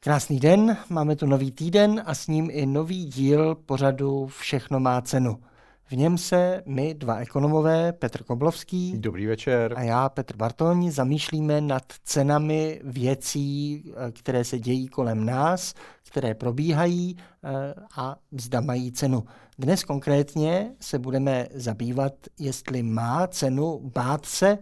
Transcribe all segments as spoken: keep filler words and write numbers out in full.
Krásný den, máme tu nový týden a s ním i nový díl pořadu Všechno má cenu. V něm se my dva ekonomové, Petr Koblovský Dobrý večer. A já, Petr Bartoň, zamýšlíme nad cenami věcí, které se dějí kolem nás, které probíhají a zda mají cenu. Dnes konkrétně se budeme zabývat, jestli má cenu bát se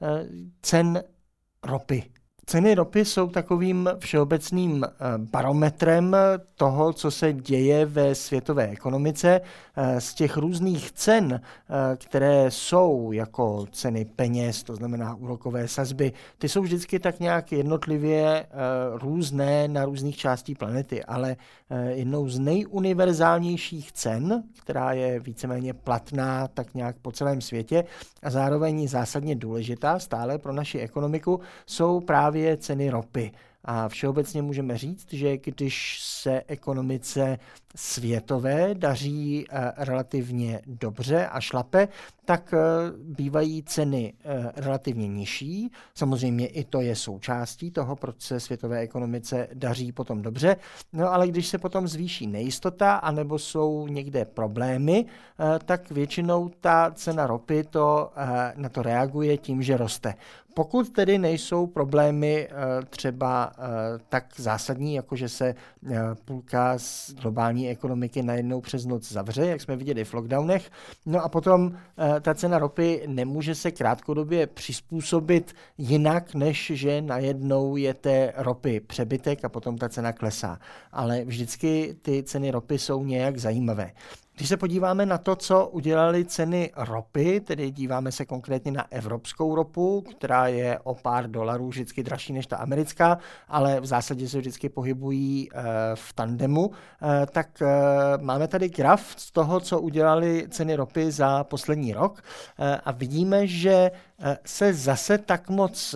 cen ropy. Ceny ropy jsou takovým všeobecným barometrem toho, co se děje ve světové ekonomice. Z těch různých cen, které jsou jako ceny peněz, to znamená úrokové sazby, ty jsou vždycky tak nějak jednotlivě různé na různých částí planety, ale jednou z nejuniverzálnějších cen, která je víceméně platná tak nějak po celém světě a zároveň zásadně důležitá stále pro naši ekonomiku, jsou právě ceny ropy. A všeobecně můžeme říct, že když se ekonomice světové daří relativně dobře a šlape, tak bývají ceny relativně nižší. Samozřejmě i to je součástí toho, proč se světové ekonomice daří potom dobře. No ale když se potom zvýší nejistota anebo jsou někde problémy, tak většinou ta cena ropy to, na to reaguje tím, že roste. Pokud tedy nejsou problémy třeba tak zásadní, jako že se půlka z globální ekonomiky najednou přes noc zavře, jak jsme viděli v lockdownech, no a potom ta cena ropy nemůže se krátkodobě přizpůsobit jinak, než že najednou je té ropy přebytek a potom ta cena klesá. Ale vždycky ty ceny ropy jsou nějak zajímavé. Když se podíváme na to, co udělaly ceny ropy, tedy díváme se konkrétně na evropskou ropu, která je o pár dolarů vždycky dražší než ta americká, ale v zásadě se vždycky pohybují v tandemu, tak máme tady graf z toho, co udělaly ceny ropy za poslední rok a vidíme, že se zase tak moc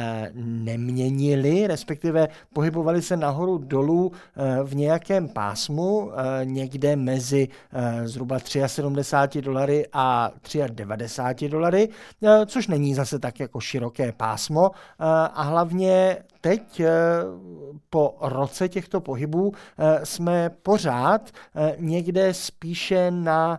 neměnily, respektive pohybovaly se nahoru dolů v nějakém pásmu, někde mezi zhruba sedmdesát tři dolary a devadesát tři dolary, což není zase tak jako široké pásmo a hlavně teď po roce těchto pohybů jsme pořád někde spíše na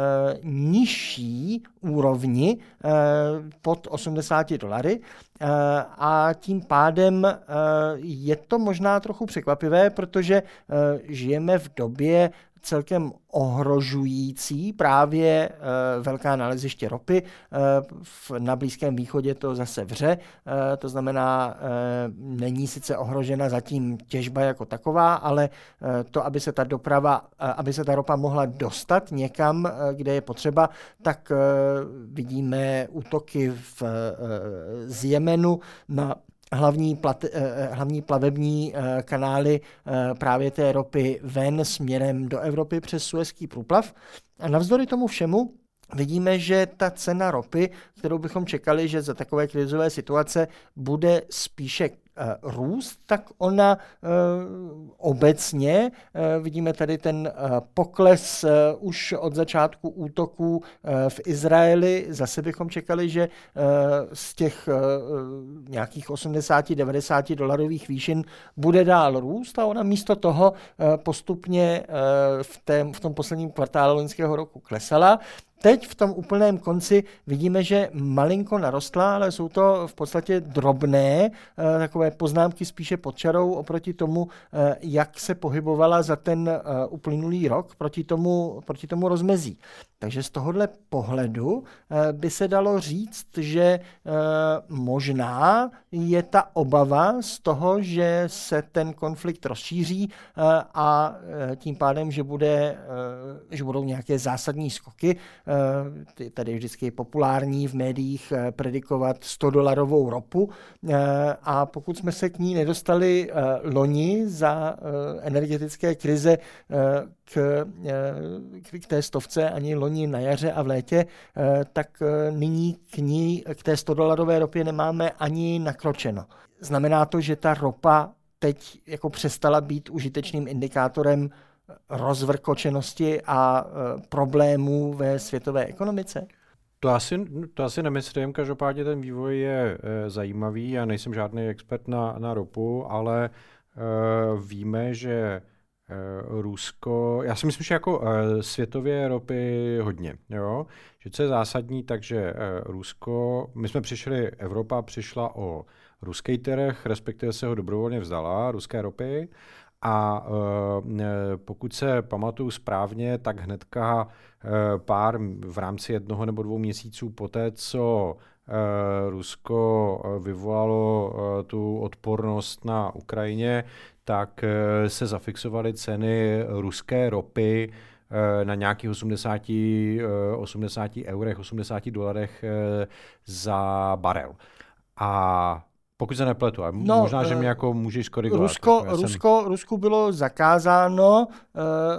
nižší úrovni pod osmdesáti dolary a tím pádem je to možná trochu překvapivé, protože žijeme v době celkem ohrožující právě velká naleziště ropy. Na Blízkém východě to zase vře, to znamená, není sice ohrožena zatím těžba jako taková, ale to, aby se ta doprava, aby se ta ropa mohla dostat někam, kde je potřeba, tak vidíme útoky v, z Jemenu na Hlavní, plat, hlavní plavební kanály právě té ropy ven směrem do Evropy přes Suezský průplav. A navzdory tomu všemu vidíme, že ta cena ropy, kterou bychom čekali, že za takové krizové situace bude spíše růst, tak ona uh, obecně, uh, vidíme tady ten uh, pokles uh, už od začátku útoků uh, v Izraeli, zase bychom čekali, že uh, z těch uh, nějakých osmdesát devadesát dolarových výšin bude dál růst a ona místo toho uh, postupně uh, v, tém, v tom posledním kvartálu loňského roku klesala. Teď v tom úplném konci vidíme, že malinko narostla, ale jsou to v podstatě drobné, takové poznámky spíše pod čarou oproti tomu, jak se pohybovala za ten uplynulý rok proti tomu, proti tomu rozmezí. Takže z tohohle pohledu by se dalo říct, že možná je ta obava z toho, že se ten konflikt rozšíří a tím pádem, že, bude, že budou nějaké zásadní skoky. Tady je vždycky populární v médiích predikovat sto dolarovou ropu a pokud jsme se k ní nedostali loni za energetické krize k, k té stovce ani loni na jaře a v létě, tak nyní k ní, k té sto dolarové ropě nemáme ani nakročeno. Znamená to, že ta ropa teď jako přestala být užitečným indikátorem rozvrkočenosti a problémů ve světové ekonomice? To asi, to asi nemyslím, každopádně ten vývoj je e, zajímavý, já nejsem žádný expert na, na ropu, ale víme, že Rusko, já si myslím, že jako světově ropy hodně, jo? Že co je zásadní, takže Rusko, my jsme přišli, Evropa přišla o ruský trh, respektive se ho dobrovolně vzdala, ruské ropy, a pokud se pamatuju správně, tak hnedka pár v rámci jednoho nebo dvou měsíců poté, co Rusko vyvolalo tu odpornost na Ukrajině, tak se zafixovaly ceny ruské ropy na nějakých osmdesáti, osmdesáti eurech, osmdesáti dolarech za barel. A pokud se nepletu, a no, možná, že mě jako můžeš korigovat. Rusko, jsem... Rusko, Rusku bylo zakázáno uh,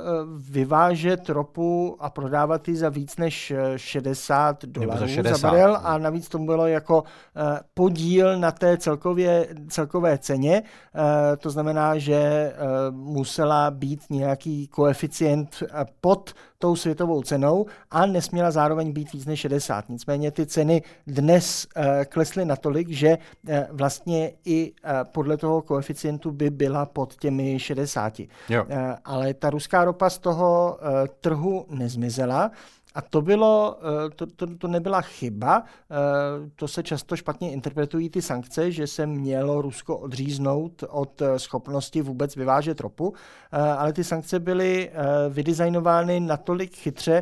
vyvážet ropu a prodávat ji za víc než šedesát dolarů za, šedesát, za barel a navíc tomu bylo jako uh, podíl na té celkově, celkové ceně. Uh, to znamená, že uh, musela být nějaký koeficient pod tou světovou cenou a nesměla zároveň být víc než šedesát. Nicméně ty ceny dnes uh, klesly natolik, že uh, vlastně i uh, podle toho koeficientu by byla pod těmi šedesáti. Uh, ale ta ruská ropa z toho uh, trhu nezmizela. A to bylo, to, to, to nebyla chyba, to se často špatně interpretují ty sankce, že se mělo Rusko odříznout od schopnosti vůbec vyvážet ropu, ale ty sankce byly vydizajnovány natolik chytře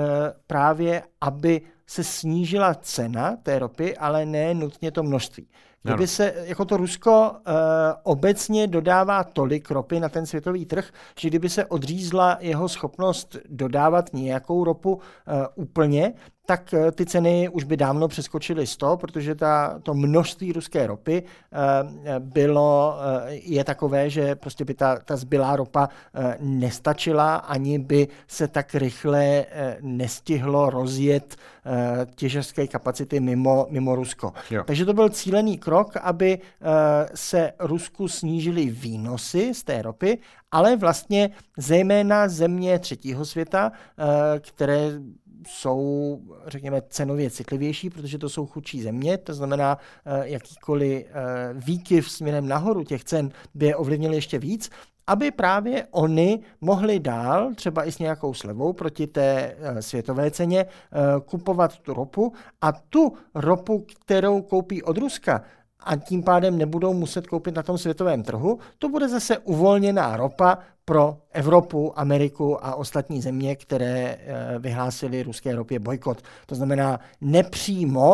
právě, aby se snížila cena té ropy, ale ne nutně to množství. Kdyby se, jako to Rusko uh, obecně dodává tolik ropy na ten světový trh, že kdyby se odřízla jeho schopnost dodávat nějakou ropu uh, úplně, tak uh, ty ceny už by dávno přeskočily sto, protože ta, to množství ruské ropy uh, bylo, uh, je takové, že prostě by ta, ta zbylá ropa uh, nestačila, ani by se tak rychle uh, nestihlo rozjet uh, těžařské kapacity mimo, mimo Rusko. Jo. Takže to byl cílený krok, aby uh, se Rusku snížily výnosy z té ropy, ale vlastně zejména země třetího světa, uh, které jsou, řekněme, cenově citlivější, protože to jsou chudší země, to znamená, uh, jakýkoliv uh, výkyv směrem nahoru těch cen by je ovlivnil ještě víc, aby právě oni mohli dál, třeba i s nějakou slevou proti té uh, světové ceně, uh, kupovat tu ropu a tu ropu, kterou koupí od Ruska, a tím pádem nebudou muset koupit na tom světovém trhu, to bude zase uvolněná ropa pro Evropu, Ameriku a ostatní země, které vyhlásily ruské ropě bojkot. To znamená, nepřímo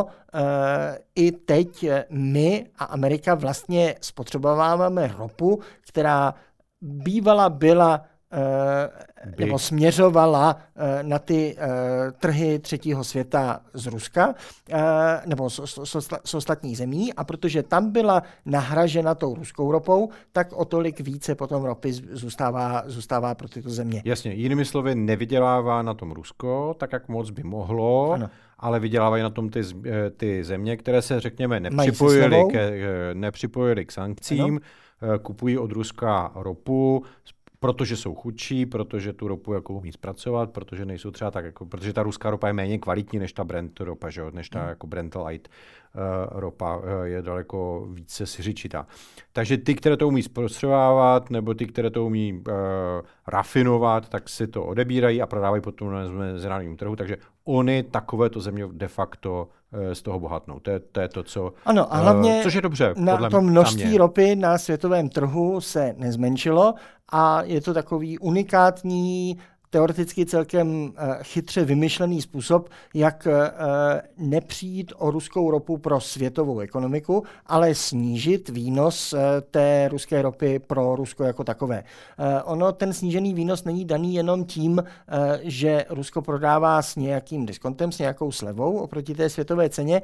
i teď my a Amerika vlastně spotřebováváme ropu, která bývala byla By. nebo směřovala na ty trhy třetího světa z Ruska nebo z ostatních zemí, a protože tam byla nahražena tou ruskou ropou, tak o tolik více potom ropy zůstává, zůstává pro tyto země. Jasně, jinými slovy, nevydělává na tom Rusko, tak jak moc by mohlo, ano. ale vydělávají na tom ty, ty země, které se, řekněme, nepřipojily, ke, nepřipojily k sankcím, ano. kupují od Ruska ropu, protože jsou chudší, protože tu ropu jako umí zpracovat, protože nejsou třeba tak, jako, protože ta ruská ropa je méně kvalitní než ta Brent ropa, že? Než ta hmm. jako Brent Light uh, ropa uh, je daleko více siřičitá. Takže ty, které to umí zpracovat, nebo ty, které to umí uh, rafinovat, tak si to odebírají a prodávají potom na mezinárodním trhu, takže oni takovéto země de facto uh, z toho bohatnou. To je, to je to, co... Ano, a hlavně uh, což je dobře, na to množství ropy na světovém trhu se nezmenšilo, a je to takový unikátní, teoreticky celkem chytře vymyšlený způsob, jak nepřijít o ruskou ropu pro světovou ekonomiku, ale snížit výnos té ruské ropy pro Rusko jako takové. Ono, ten snížený výnos není daný jenom tím, že Rusko prodává s nějakým diskontem, s nějakou slevou oproti té světové ceně.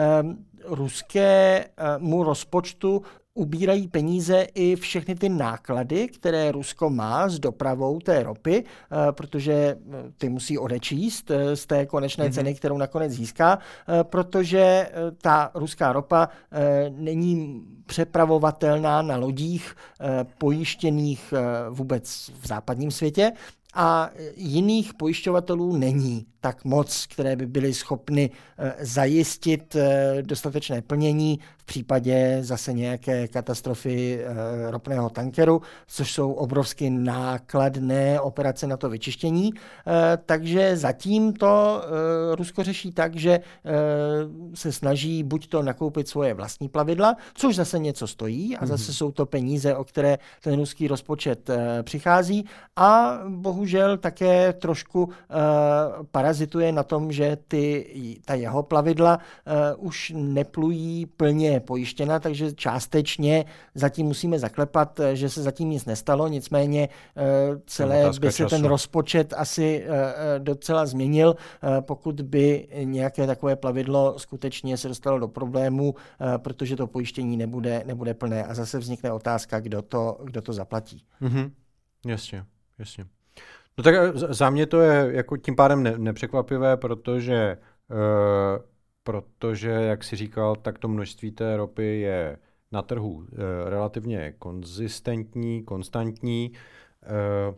Ruskému rozpočtu ubírají peníze i všechny ty náklady, které Rusko má s dopravou té ropy, protože ty musí odečíst z té konečné ceny, kterou nakonec získá, protože ta ruská ropa není přepravovatelná na lodích pojištěných vůbec v západním světě, a jiných pojišťovatelů není tak moc, které by byly schopny zajistit dostatečné plnění v případě zase nějaké katastrofy ropného tankeru, což jsou obrovsky nákladné operace na to vyčištění. Takže zatím to Rusko řeší tak, že se snaží buď to nakoupit svoje vlastní plavidla, což zase něco stojí a zase jsou to peníze, o které ten ruský rozpočet přichází, a bohužel také trošku parazituje na tom, že ty, ta jeho plavidla už neplují plně pojištěna, takže částečně zatím musíme zaklepat, že se zatím nic nestalo, nicméně celé by se ten rozpočet asi docela změnil, pokud by nějaké takové plavidlo skutečně se dostalo do problému, protože to pojištění nebude, nebude plné a zase vznikne otázka, kdo to, kdo to zaplatí. Mm-hmm. Jasně, jasně. No tak za mě to je jako tím pádem ne, nepřekvapivé, protože, uh, protože, jak jsi říkal, tak to množství té ropy je na trhu uh, relativně konzistentní, konstantní. Uh,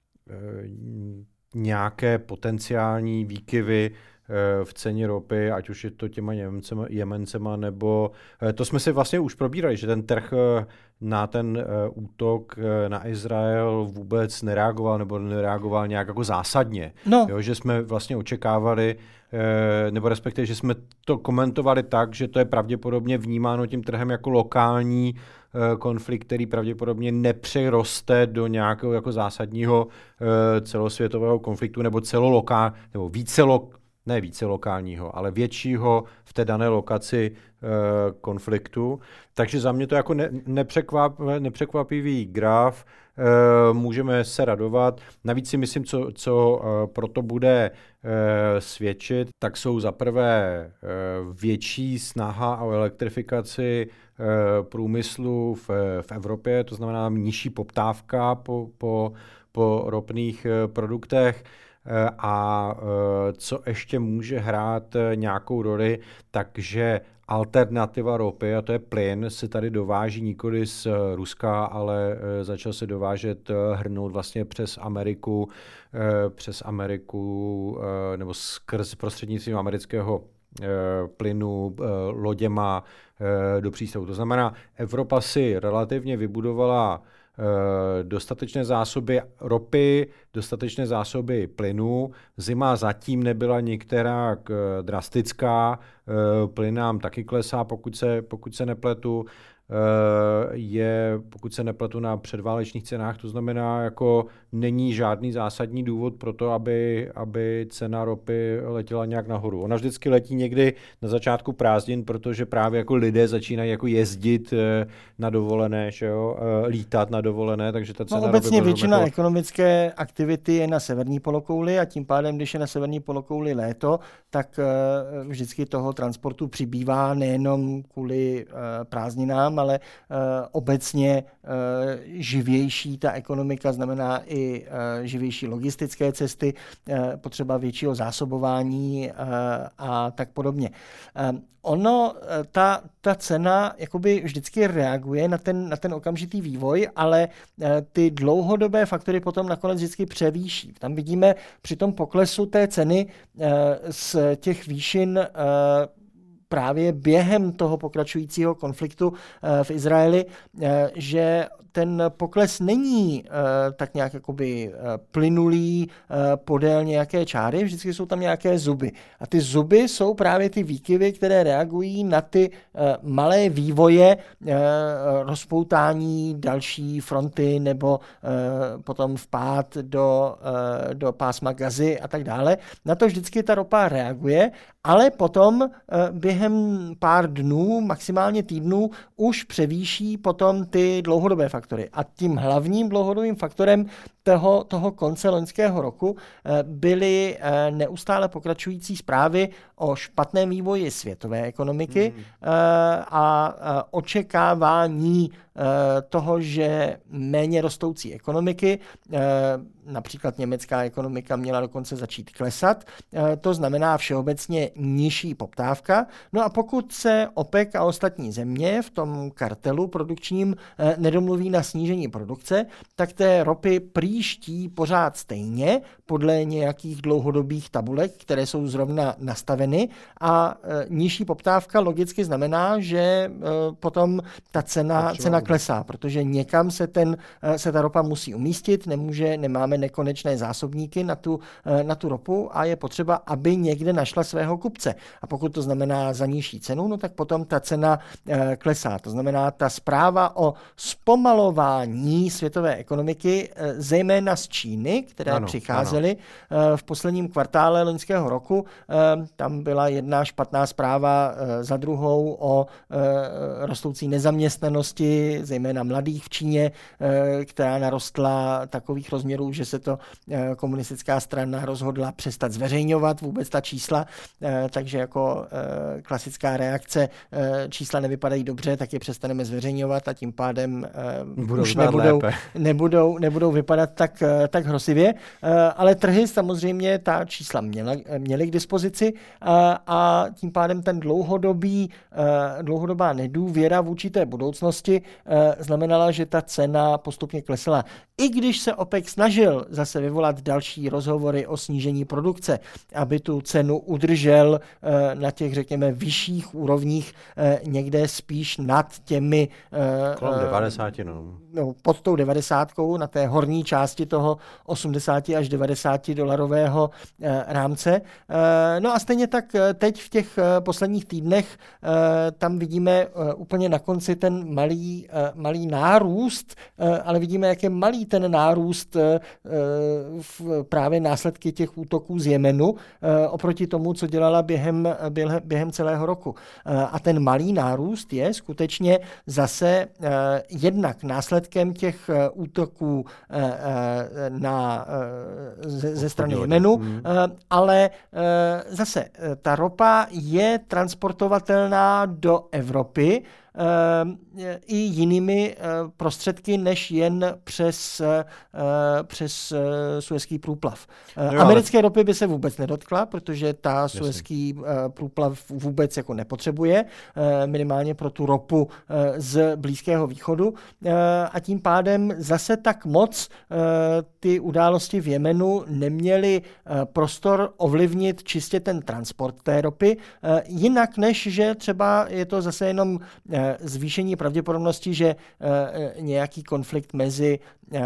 uh, nějaké potenciální výkyvy v ceně ropy, ať už je to těma Němcema, Jemencema, nebo to jsme si vlastně už probírali, že ten trh na ten útok na Izrael vůbec nereagoval nebo nereagoval nějak jako zásadně. No. Jo, že jsme vlastně očekávali, nebo respektive, že jsme to komentovali tak, že to je pravděpodobně vnímáno tím trhem jako lokální konflikt, který pravděpodobně nepřeroste do nějakého jako zásadního celosvětového konfliktu nebo celolokál, nebo více lok, ne více lokálního, ale většího v té dané lokaci e, konfliktu. Takže za mě to jako ne, nepřekvap, nepřekvapivý graf, e, můžeme se radovat. Navíc si myslím, co, co e, proto bude e, svědčit, tak jsou za prvé e, větší snaha o elektrifikaci e, průmyslu v, v Evropě, to znamená nižší poptávka po, po, po ropných e, produktech. A co ještě může hrát nějakou roli, takže alternativa ropy, a to je plyn, se tady dováží nikoli z Ruska, ale začal se dovážet, hrnout vlastně přes Ameriku, přes Ameriku nebo skrz prostřednictvím amerického plynu loděma do přístavu. To znamená, Evropa si relativně vybudovala dostatečné zásoby ropy, dostatečné zásoby plynu. Zima zatím nebyla některá drastická, plyn nám taky klesá, pokud se, pokud se nepletu. Je, pokud se nepletu, na předválečných cenách, to znamená, jako není žádný zásadní důvod pro to, aby, aby cena ropy letěla nějak nahoru. Ona vždycky letí někdy na začátku prázdnin, protože právě jako lidé začínají jako jezdit na dovolené, že jo, lítat na dovolené, takže ta cena no, obecně ropy většina jako... ekonomické aktivity je na severní polokouli a tím pádem, když je na severní polokouli léto, tak vždycky toho transportu přibývá nejenom kvůli prázdninám, ale uh, obecně uh, živější ta ekonomika znamená i uh, živější logistické cesty, uh, potřeba většího zásobování uh, a tak podobně. Um, ono, ta, ta cena jakoby vždycky reaguje na ten, na ten okamžitý vývoj, ale uh, ty dlouhodobé faktory potom nakonec vždycky převýší. Tam vidíme při tom poklesu té ceny uh, z těch výšin uh, právě během toho pokračujícího konfliktu v Izraeli, že ten pokles není uh, tak nějak jakoby uh, plynulý uh, podél nějaké čáry, vždycky jsou tam nějaké zuby. A ty zuby jsou právě ty výkyvy, které reagují na ty uh, malé vývoje, uh, rozpoutání další fronty nebo uh, potom vpád do, uh, do pásma Gazy a tak dále. Na to vždycky ta ropa reaguje, ale potom uh, během pár dnů, maximálně týdnů, už převýší potom ty dlouhodobé faktory. A tím hlavním dlouhodobým faktorem toho, toho konce loňského roku byly neustále pokračující zprávy o špatném vývoji světové ekonomiky mm. a očekávání toho, že méně rostoucí ekonomiky, například německá ekonomika, měla dokonce začít klesat. To znamená všeobecně nižší poptávka. No a pokud se OPEC a ostatní země v tom kartelu produkčním nedomluví na snížení produkce, tak té ropy prý rozjíždí pořád stejně podle nějakých dlouhodobých tabulek, které jsou zrovna nastaveny a nižší poptávka logicky znamená, že potom ta cena, cena klesá, protože někam se, ten, se ta ropa musí umístit, nemůže, nemáme nekonečné zásobníky na tu, na tu ropu a je potřeba, aby někde našla svého kupce. A pokud to znamená za nižší cenu, no tak potom ta cena klesá. To znamená, ta zpráva o zpomalování světové ekonomiky, zejména z Číny, které ano, přicházely ano. v posledním kvartále loňského roku, tam byla jedna špatná zpráva za druhou o rostoucí nezaměstnanosti, zejména mladých v Číně, která narostla takových rozměrů, že se to komunistická strana rozhodla přestat zveřejňovat vůbec ta čísla, takže jako klasická reakce, čísla nevypadají dobře, tak je přestaneme zveřejňovat a tím pádem budou už nebudou, nebudou, nebudou vypadat tak, tak hrozivě, ale trhy samozřejmě ta čísla měla, měly k dispozici a, a tím pádem ten dlouhodobý, dlouhodobá nedůvěra vůči té budoucnosti znamenala, že ta cena postupně klesala. I když se OPEC snažil zase vyvolat další rozhovory o snížení produkce, aby tu cenu udržel na těch, řekněme, vyšších úrovních, někde spíš nad těmi... Kolem devadesát, no. no. Pod tou devadesátkou, na té horní části toho osmdesát až devadesát dolarového rámce. No a stejně tak teď v těch posledních týdnech tam vidíme úplně na konci ten malý, malý nárůst, ale vidíme, jak je malý ten nárůst v právě následky těch útoků z Jemenu oproti tomu, co dělala během, během celého roku. A ten malý nárůst je skutečně zase jednak následkem těch útoků na, ze, ze strany Jemenu, hmm. ale zase ta ropa je transportovatelná do Evropy i jinými prostředky, než jen přes, přes Suezský průplav. No, Americké ale... ropy by se vůbec nedotkla, protože ta Suezský průplav vůbec jako nepotřebuje, minimálně pro tu ropu z Blízkého východu. A tím pádem zase tak moc ty události v Jemenu neměly prostor ovlivnit čistě ten transport té ropy, jinak než, že třeba je to zase jenom zvýšení pravděpodobnosti, že nějaký konflikt mezi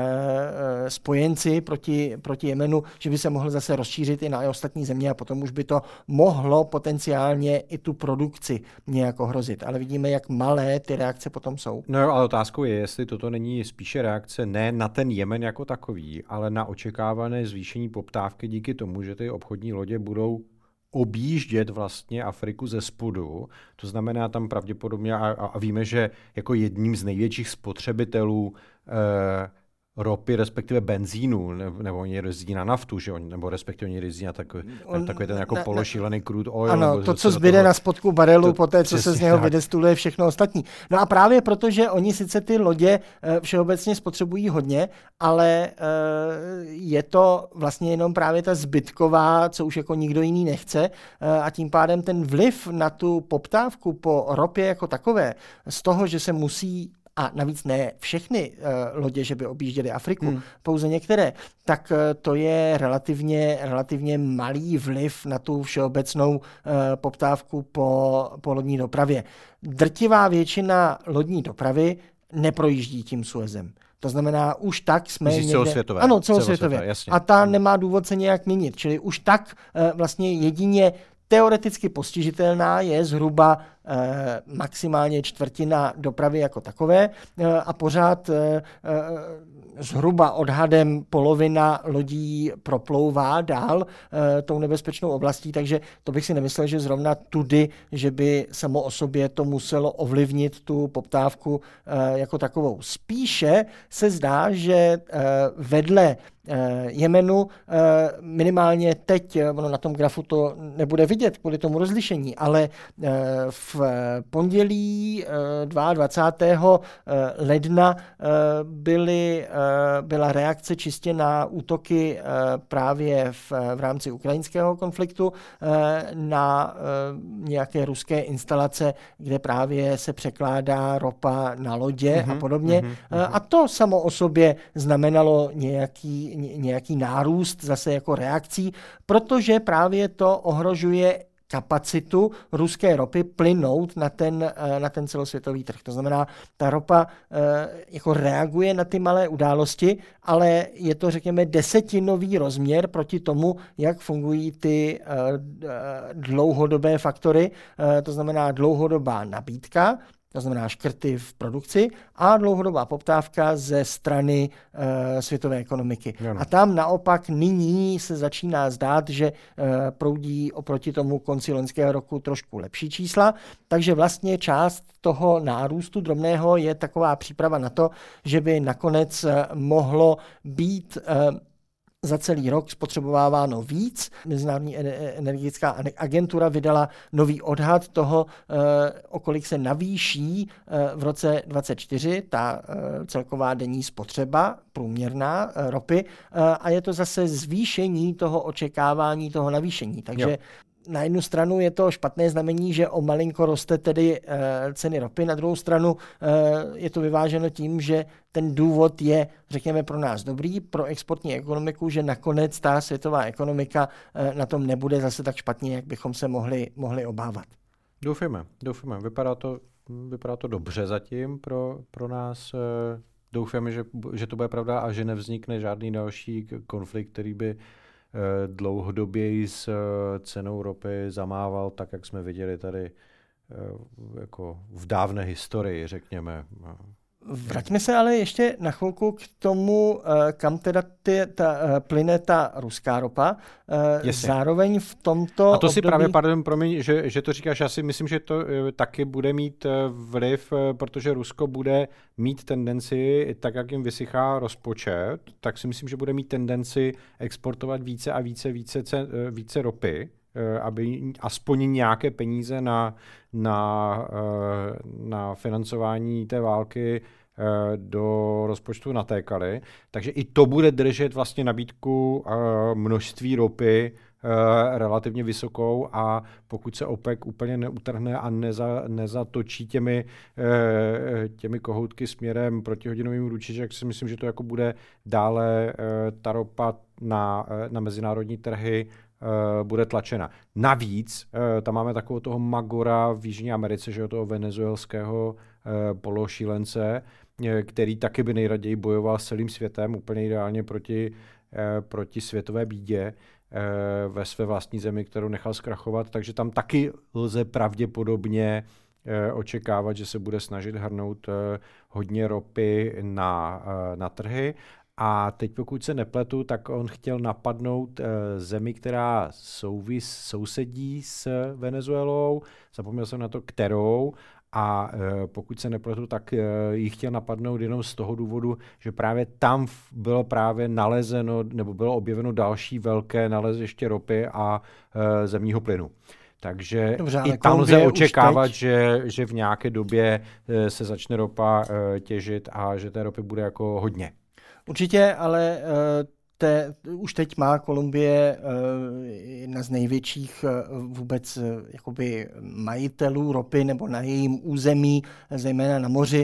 spojenci proti, proti Jemenu, že by se mohl zase rozšířit i na ostatní země a potom už by to mohlo potenciálně i tu produkci nějak ohrozit. Ale vidíme, jak malé ty reakce potom jsou. No jo, ale otázkou je, jestli toto není spíše reakce ne na ten Jemen jako takový, ale na očekávané zvýšení poptávky díky tomu, že ty obchodní lodě budou objíždět vlastně Afriku ze spodu. To znamená tam pravděpodobně, a, a víme, že jako jedním z největších spotřebitelů eh, ropy, respektive benzínu, nebo, nebo oni jezdí na naftu, že oni, nebo respektive oni jezdí na takový, On, takový ten jako ne, pološílený crude oil. Ano, nebo to, co zbyde toho, na spodku barelu, po té, co se z něho tak vydestuluje všechno ostatní. No a právě protože oni sice ty lodě všeobecně spotřebují hodně, ale je to vlastně jenom právě ta zbytková, co už jako nikdo jiný nechce a tím pádem ten vliv na tu poptávku po ropě jako takové, z toho, že se musí a navíc ne všechny uh, lodě, že by objížděly Afriku, hmm. pouze některé, tak uh, to je relativně, relativně malý vliv na tu všeobecnou uh, poptávku po, po lodní dopravě. Drtivá většina lodní dopravy neprojíždí tím Suezem. To znamená, už tak jsme někde... celosvětové. Ano, celosvětově. celosvětové a ta nemá důvod se nějak měnit. Čili už tak uh, vlastně jedině teoreticky postižitelná je zhruba eh, maximálně čtvrtina dopravy jako takové eh, a pořád eh, zhruba odhadem polovina lodí proplouvá dál eh, tou nebezpečnou oblastí, takže to bych si nemyslel, že zrovna tudy, že by samo o sobě to muselo ovlivnit tu poptávku eh, jako takovou. Spíše se zdá, že eh, vedle Jemenu minimálně teď, ono na tom grafu to nebude vidět, vidět kvůli tomu rozlišení, ale v pondělí dvacátého druhého ledna byly, byla reakce čistě na útoky právě v, v rámci ukrajinského konfliktu na nějaké ruské instalace, kde právě se překládá ropa na lodě mm-hmm, a podobně. Mm-hmm. A to samo o sobě znamenalo nějaký, nějaký nárůst zase jako reakcí, protože právě to ohrožuje kapacitu ruské ropy plynout na ten, na ten celosvětový trh. To znamená, ta ropa jako reaguje na ty malé události, ale je to, řekněme, desetinový rozměr proti tomu, jak fungují ty dlouhodobé faktory, to znamená dlouhodobá nabídka, to znamená škrty v produkci a dlouhodobá poptávka ze strany e, světové ekonomiky. Ano. A tam naopak nyní se začíná zdát, že e, proudí oproti tomu konci loňského roku trošku lepší čísla, takže vlastně část toho nárůstu drobného je taková příprava na to, že by nakonec mohlo být e, za celý rok spotřebováváno víc. Mezinárodní energetická agentura vydala nový odhad toho, o kolik se navýší v roce dvacet čtyři ta celková denní spotřeba průměrná ropy a je to zase zvýšení toho očekávání toho navýšení. Takže jo. Na jednu stranu je to špatné znamení, že o malinko roste tedy e, ceny ropy, na druhou stranu e, je to vyváženo tím, že ten důvod je, řekněme, pro nás dobrý, pro exportní ekonomiku, že nakonec ta světová ekonomika e, na tom nebude zase tak špatně, jak bychom se mohli, mohli obávat. Doufáme, doufáme. Vypadá to, vypadá to dobře zatím pro, pro nás. Doufáme, že, že to bude pravda a že nevznikne žádný další konflikt, který by dlouhodobě s cenou ropy zamával, tak jak jsme viděli tady jako v dávné historii, řekněme. Vraťme se ale ještě na chvilku k tomu, kam teda ty, ta, plyne ta ruská ropa. Jasně. Zároveň v tomto A to si období... právě, pardon, promiň, že, že to říkáš, já si myslím, že to taky bude mít vliv, protože Rusko bude mít tendenci, tak jak jim vysychá rozpočet, tak si myslím, že bude mít tendenci exportovat více a více, více, více ropy, aby aspoň nějaké peníze na, na, na financování té války do rozpočtu natékaly. Takže i to bude držet vlastně nabídku množství ropy relativně vysokou a pokud se OPEC úplně neutrhne a neza, nezatočí těmi, těmi kohoutky směrem protihodinovým ručičem, tak si myslím, že to jako bude dále ta ropa na, na mezinárodní trhy bude tlačena. Navíc tam máme takového toho magora v Jižní Americe, že toho venezuelského pološílence, který taky by nejraději bojoval s celým světem, úplně ideálně proti, proti světové bídě ve své vlastní zemi, kterou nechal zkrachovat, takže tam taky lze pravděpodobně očekávat, že se bude snažit hrnout hodně ropy na, na trhy. A teď pokud se nepletu, tak on chtěl napadnout zemi, která souvis, sousedí s Venezuelou, zapomněl jsem na to, kterou, a pokud se nepletu, tak ji chtěl napadnout jenom z toho důvodu, že právě tam bylo právě nalezeno, nebo bylo objeveno další velké naleziště ropy a zemního plynu. Takže dobře, i tam lze očekávat, že, že v nějaké době se začne ropa těžit a že té ropy bude jako hodně. Určitě, ale te, už teď má Kolumbie jedna z největších vůbec jakoby majitelů ropy, nebo na jejím území, zejména na moři,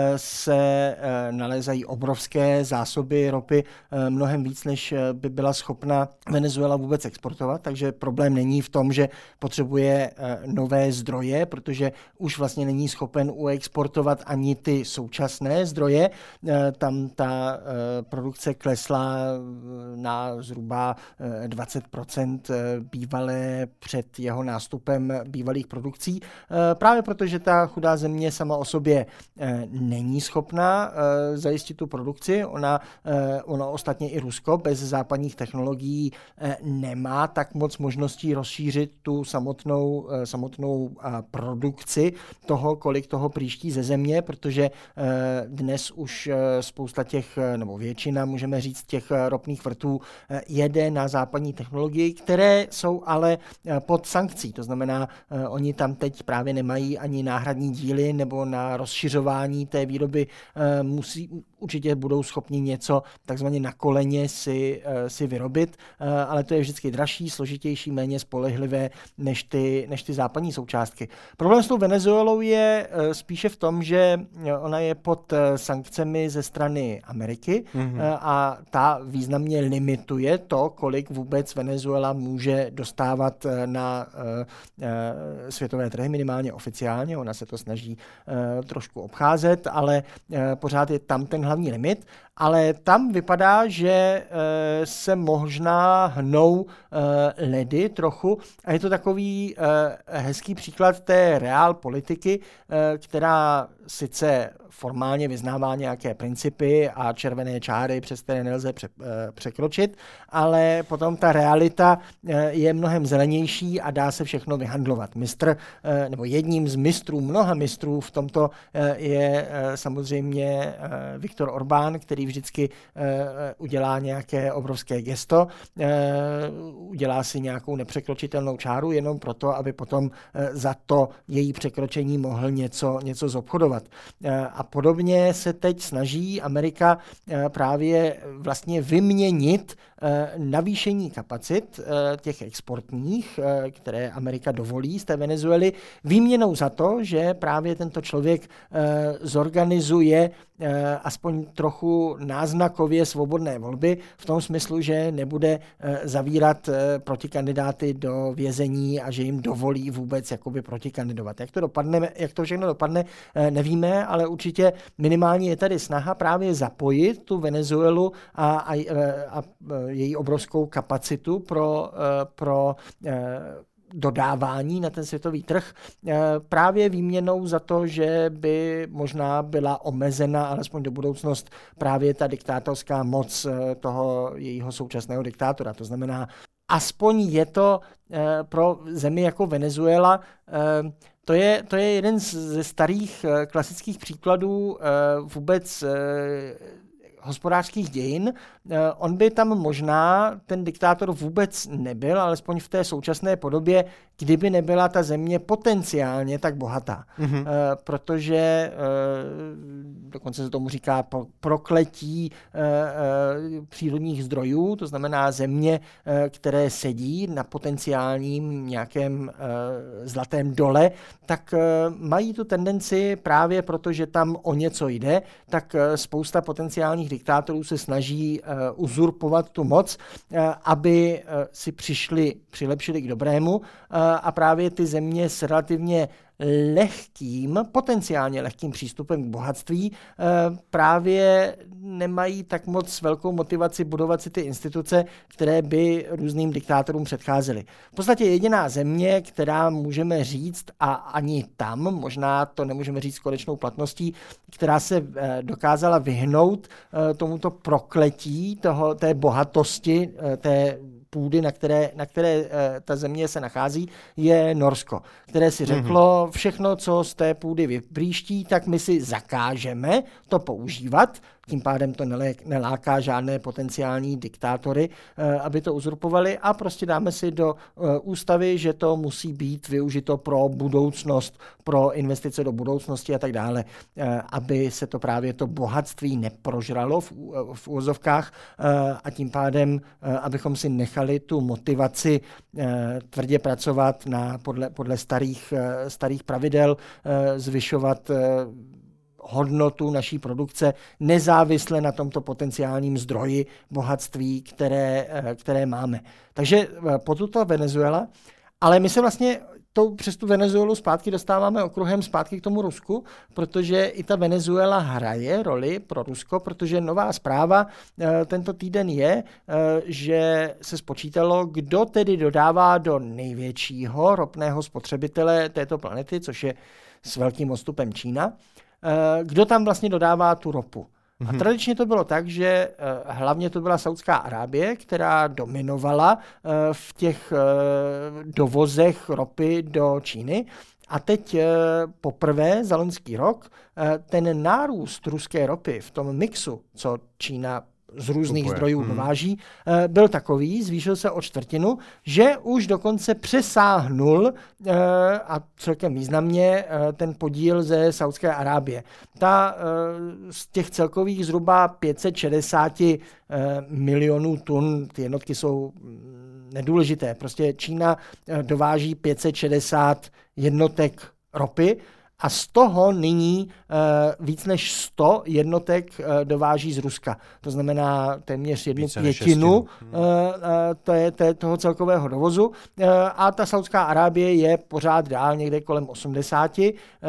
se nalézají obrovské zásoby ropy, mnohem víc, než by byla schopna Venezuela vůbec exportovat, takže problém není v tom, že potřebuje nové zdroje, protože už vlastně není schopen uexportovat ani ty současné zdroje. Tam ta produkce klesla na zhruba dvacet procent bývalé před jeho nástupem bývalých produkcí. Právě protože ta chudá země sama o sobě není schopná zajistit tu produkci. Ona, ona ostatně i Rusko bez západních technologií nemá tak moc možností rozšířit tu samotnou, samotnou produkci toho, kolik toho příští ze země, protože dnes už spousta těch, nebo většina, můžeme říct, těch ropných ropných vrtů jede na západní technologii, které jsou ale pod sankcí. To znamená, oni tam teď právě nemají ani náhradní díly nebo na rozšiřování té výroby musí, určitě budou schopni něco takzvaně na koleně si, si vyrobit, ale to je vždycky dražší, složitější, méně spolehlivé než ty, než ty západní součástky. Problém s tou Venezuelou je spíše v tom, že ona je pod sankcemi ze strany Ameriky mm-hmm. a ta významně limituje to, kolik vůbec Venezuela může dostávat na uh, uh, světové trhy, minimálně oficiálně. Ona se to snaží uh, trošku obcházet, ale uh, pořád je tam ten hlavní limit. Ale tam vypadá, že uh, se možná hnou uh, ledy trochu a je to takový uh, hezký příklad té reál politiky, uh, která sice formálně vyznává nějaké principy a červené čáry, přes které nelze pře, uh, překročit, ale potom ta realita uh, je mnohem zelenější a dá se všechno vyhandlovat. Mistr, uh, nebo jedním z mistrů, mnoha mistrů v tomto uh, je uh, samozřejmě uh, Viktor Orbán, který vždycky uh, udělá nějaké obrovské gesto, uh, udělá si nějakou nepřekročitelnou čáru jenom proto, aby potom uh, za to její překročení mohl něco, něco zobchodovat. Uh, a podobně se teď snaží Amerika uh, právě vlastně vyměnit uh, navýšení kapacit uh, těch exportních, uh, které Amerika dovolí z té Venezuely, výměnou za to, že právě tento člověk uh, zorganizuje uh, aspoň trochu náznakově svobodné volby v tom smyslu, že nebude uh, zavírat uh, protikandidáty do vězení a že jim dovolí vůbec jakoby protikandidovat. Jak to dopadne, jak to všechno dopadne, uh, nevíme, ale určitě minimálně je tady snaha právě zapojit tu Venezuelu a, a, a, a její obrovskou kapacitu pro, pro dodávání na ten světový trh právě výměnou za to, že by možná byla omezena alespoň do budoucnost právě ta diktátorská moc toho jejího současného diktátora. To znamená, aspoň je to pro zemi jako Venezuela, to je, to je jeden ze starých klasických příkladů vůbec hospodářských dějin. On by tam možná ten diktátor vůbec nebyl, alespoň v té současné podobě, kdyby nebyla ta země potenciálně tak bohatá. Mm-hmm. Protože dokonce se tomu říká prokletí přírodních zdrojů, to znamená země, které sedí na potenciálním nějakém zlatém dole, tak mají tu tendenci právě proto, že tam o něco jde, tak spousta potenciálních diktátorů se snaží uh, uzurpovat tu moc, uh, aby uh, si přišli, přilepšili k dobrému uh, a právě ty země s relativně lehkým, potenciálně lehkým přístupem k bohatství právě nemají tak moc velkou motivaci budovat si ty instituce, které by různým diktátorům předcházely. V podstatě jediná země, která můžeme říct, a ani tam, možná to nemůžeme říct s konečnou platností, která se dokázala vyhnout tomuto prokletí, toho, té bohatosti, té půdy, na které, na které e, ta země se nachází, je Norsko, které si řeklo, mm-hmm. všechno, co z té půdy vypříští, tak my si zakážeme to používat, tím pádem to nelé, neláká žádné potenciální diktátory, e, aby to uzurpovali a prostě dáme si do e, ústavy, že to musí být využito pro budoucnost, pro investice do budoucnosti a tak dále, e, aby se to právě to bohatství neprožralo v, v úvozovkách e, a tím pádem, e, abychom si nechali tu motivaci e, tvrdě pracovat na, podle, podle starých, e, starých pravidel, e, zvyšovat e, hodnotu naší produkce nezávisle na tomto potenciálním zdroji bohatství, které, které máme. Takže po tuto Venezuela, ale my se vlastně tou, přes tu Venezuelu zpátky dostáváme okruhem zpátky k tomu Rusku, protože i ta Venezuela hraje roli pro Rusko, protože nová zpráva tento týden je, že se spočítalo, kdo tedy dodává do největšího ropného spotřebitele této planety, což je s velkým odstupem Čína, kdo tam vlastně dodává tu ropu. A tradičně to bylo tak, že hlavně to byla Saudská Arábie, která dominovala v těch dovozech ropy do Číny. A teď poprvé za loňský rok ten nárůst ruské ropy v tom mixu, co Čína z různých Kupuje. zdrojů hmm. dováží, byl takový, zvýšil se o čtvrtinu, že už dokonce přesáhnul a celkem významně ten podíl ze Saúdské Arábie. Ta z těch celkových zhruba pět set šedesát milionů tun, ty jednotky jsou nedůležité. Prostě Čína dováží pět set šedesát jednotek ropy, a z toho nyní uh, víc než sto jednotek uh, dováží z Ruska. To znamená téměř jednu Více pětinu uh, uh, to je, to je toho celkového dovozu. Uh, a ta Saúdská Arábie je pořád dál někde kolem osmdesát. Uh,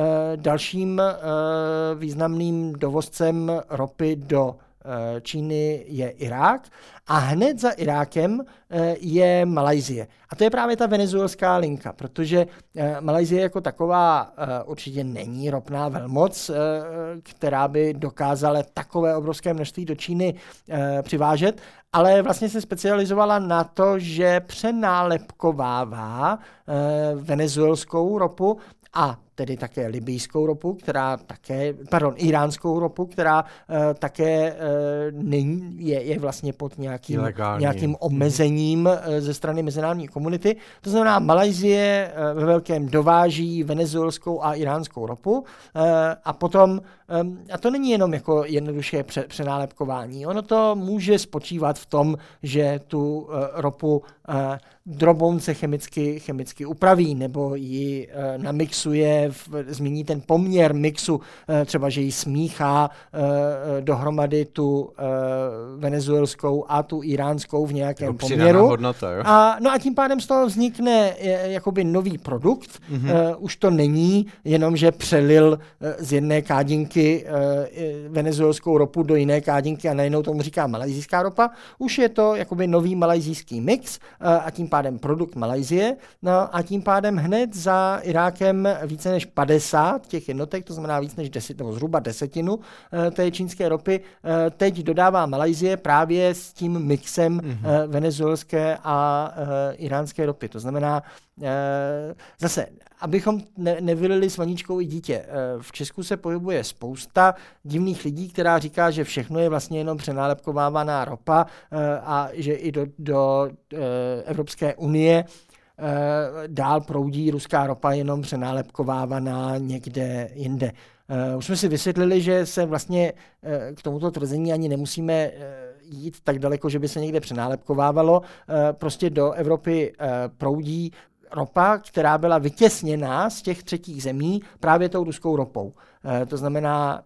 dalším uh, významným dovozcem ropy do Číny je Irák a hned za Irákem je Malajsie. A to je právě ta venezuelská linka, protože Malajsie jako taková určitě není ropná velmoc, která by dokázala takové obrovské množství do Číny přivážet, ale vlastně se specializovala na to, že přenálepkovává venezuelskou ropu a tedy také libijskou ropu, která také, pardon, iránskou ropu, která uh, také uh, není, je, je vlastně pod nějakým, nějakým omezením uh, ze strany mezinárodní komunity. To znamená, Malajsie uh, ve velkém dováží venezuelskou a iránskou ropu uh, a potom, um, a to není jenom jako jednoduše pře- přenálepkování, ono to může spočívat v tom, že tu uh, ropu uh, drobonce chemicky, chemicky upraví nebo ji uh, namixuje, v, změní ten poměr mixu, uh, třeba, že ji smíchá uh, dohromady tu uh, venezuelskou a tu iránskou v nějakém jako poměru. Hodnota, jo? A, no a tím pádem z toho vznikne je, jakoby nový produkt. Mm-hmm. Uh, už to není jenom, že přelil uh, z jedné kádinky uh, venezuelskou ropu do jiné kádinky a najednou tomu říká malajzijská ropa. Už je to jakoby nový malajzijský mix uh, a tím pádem produkt Malajsie. No a tím pádem hned za Irákem více než padesát těch jednotek, to znamená víc než deset, nebo zhruba desetinu uh, té čínské ropy, uh, teď dodává Malajsie právě s tím mixem mm-hmm. uh, venezuelské a uh, iránské ropy. To znamená, uh, zase, abychom ne- nevylili s vaničkou i dítě. Uh, v Česku se pohybuje spousta divných lidí, která říká, že všechno je vlastně jenom přenálepkovávaná ropa uh, a že i do, do uh, Evropské unie dál proudí ruská ropa jenom přenálepkovávaná někde jinde. Už jsme si vysvětlili, že se vlastně k tomuto tvrzení ani nemusíme jít tak daleko, že by se někde přenálepkovávalo. Prostě do Evropy proudí ropa, která byla vytěsněná z těch třetích zemí právě tou ruskou ropou. To znamená,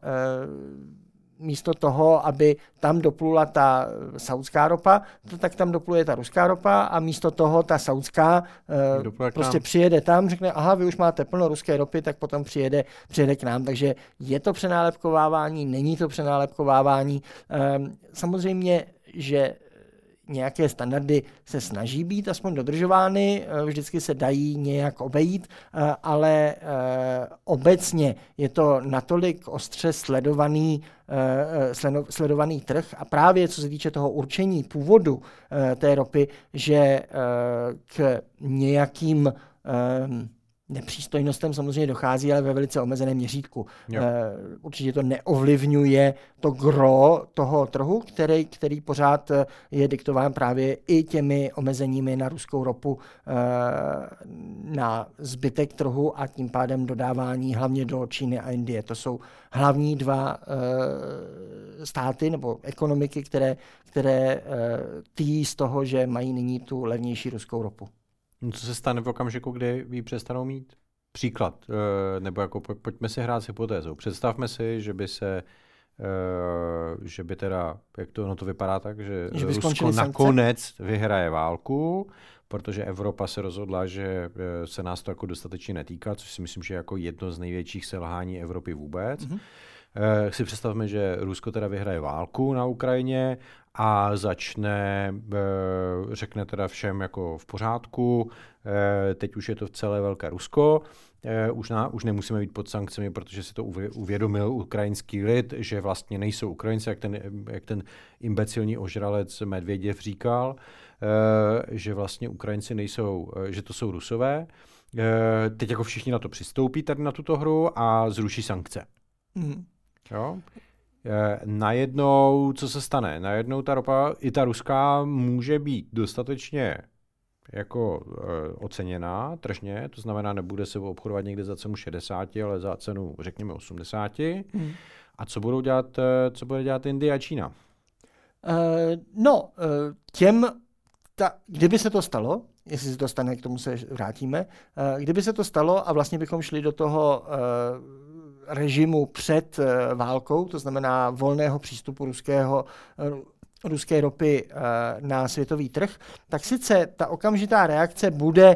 místo toho, aby tam doplula ta saudská ropa, tak tam dopluje ta ruská ropa a místo toho ta saudská uh, prostě přijede tam, řekne, aha, vy už máte plno ruské ropy, tak potom přijede, přijede k nám. Takže je to přenálepkovávání, není to přenálepkovávání. Um, samozřejmě, že nějaké standardy se snaží být aspoň dodržovány, vždycky se dají nějak obejít, ale obecně je to natolik ostře sledovaný, sledovaný trh a právě co se týče toho určení původu té ropy, že k nějakým nepřístojnostem samozřejmě dochází, ale ve velice omezeném měřítku. E, určitě to neovlivňuje to gro toho trhu, který, který pořád je diktován právě i těmi omezeními na ruskou ropu e, na zbytek trhu a tím pádem dodávání hlavně do Číny a Indie. To jsou hlavní dva e, státy nebo ekonomiky, které, které e, týjí z toho, že mají nyní tu levnější ruskou ropu. Co se stane v okamžiku, kdy ji přestanou mít? Příklad, nebo jako pojďme si hrát s hypotézou. Představme si, že by se, že by teda, jak to, no to vypadá tak, že, že Rusko nakonec vyhraje válku, protože Evropa se rozhodla, že se nás to jako dostatečně netýká, což si myslím, že je jako jedno z největších selhání Evropy vůbec. Mm-hmm. Si představme, že Rusko teda vyhraje válku na Ukrajině a začne, řekne teda všem jako v pořádku, teď už je to v celé velké Rusko, už, na, už nemusíme být pod sankcemi, protože si to uvědomil ukrajinský lid, že vlastně nejsou Ukrajinci, jak ten, jak ten imbecilní ožralec Medvěděv říkal, že vlastně Ukrajinci nejsou, že to jsou Rusové. Teď jako všichni na to přistoupí tady na tuto hru a zruší sankce. Mm. Jo? najednou, co se stane? Najednou ta ropa, i ta ruská, může být dostatečně jako e, oceněná tržně, to znamená, nebude se obchodovat někde za cenu šedesát, ale za cenu, řekněme, osmdesát. Hmm. A co budou dělat, co bude dělat Indie a Čína? Uh, no, uh, těm, ta, kdyby se to stalo, jestli se to stane, k tomu se vrátíme, uh, kdyby se to stalo a vlastně bychom šli do toho uh, režimu před uh, válkou, to znamená volného přístupu ruského uh, ruské ropy na světový trh, tak sice ta okamžitá reakce bude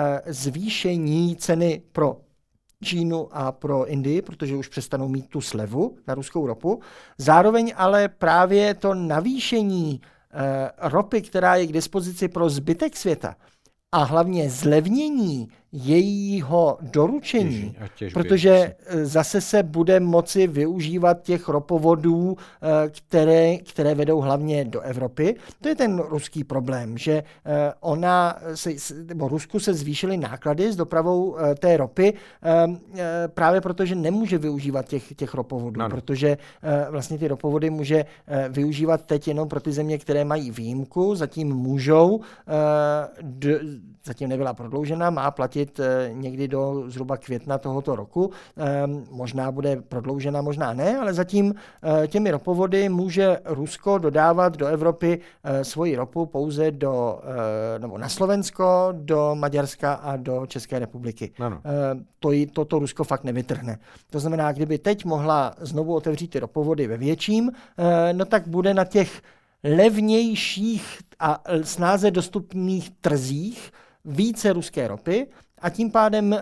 zvýšení ceny pro Čínu a pro Indii, protože už přestanou mít tu slevu na ruskou ropu. Zároveň ale právě to navýšení ropy, která je k dispozici pro zbytek světa, a hlavně zlevnění jejího doručení, těžby, protože zase se bude moci využívat těch ropovodů, které, které vedou hlavně do Evropy. To je ten ruský problém, že ona se, nebo Rusku se zvýšily náklady s dopravou té ropy právě proto, že nemůže využívat těch, těch ropovodů, ano. Protože vlastně ty ropovody může využívat teď jenom pro ty země, které mají výjimku, zatím můžou, d, zatím nebyla prodloužena, má platit někdy do zhruba května tohoto roku. Možná bude prodloužena, možná ne, ale zatím těmi ropovody může Rusko dodávat do Evropy svoji ropu pouze do, nebo na Slovensko, do Maďarska a do České republiky. Ano. To, to, to Rusko fakt nevytrhne. To znamená, kdyby teď mohla znovu otevřít ty ropovody ve větším, no tak bude na těch levnějších a snáze dostupných trzích více ruské ropy a tím pádem uh,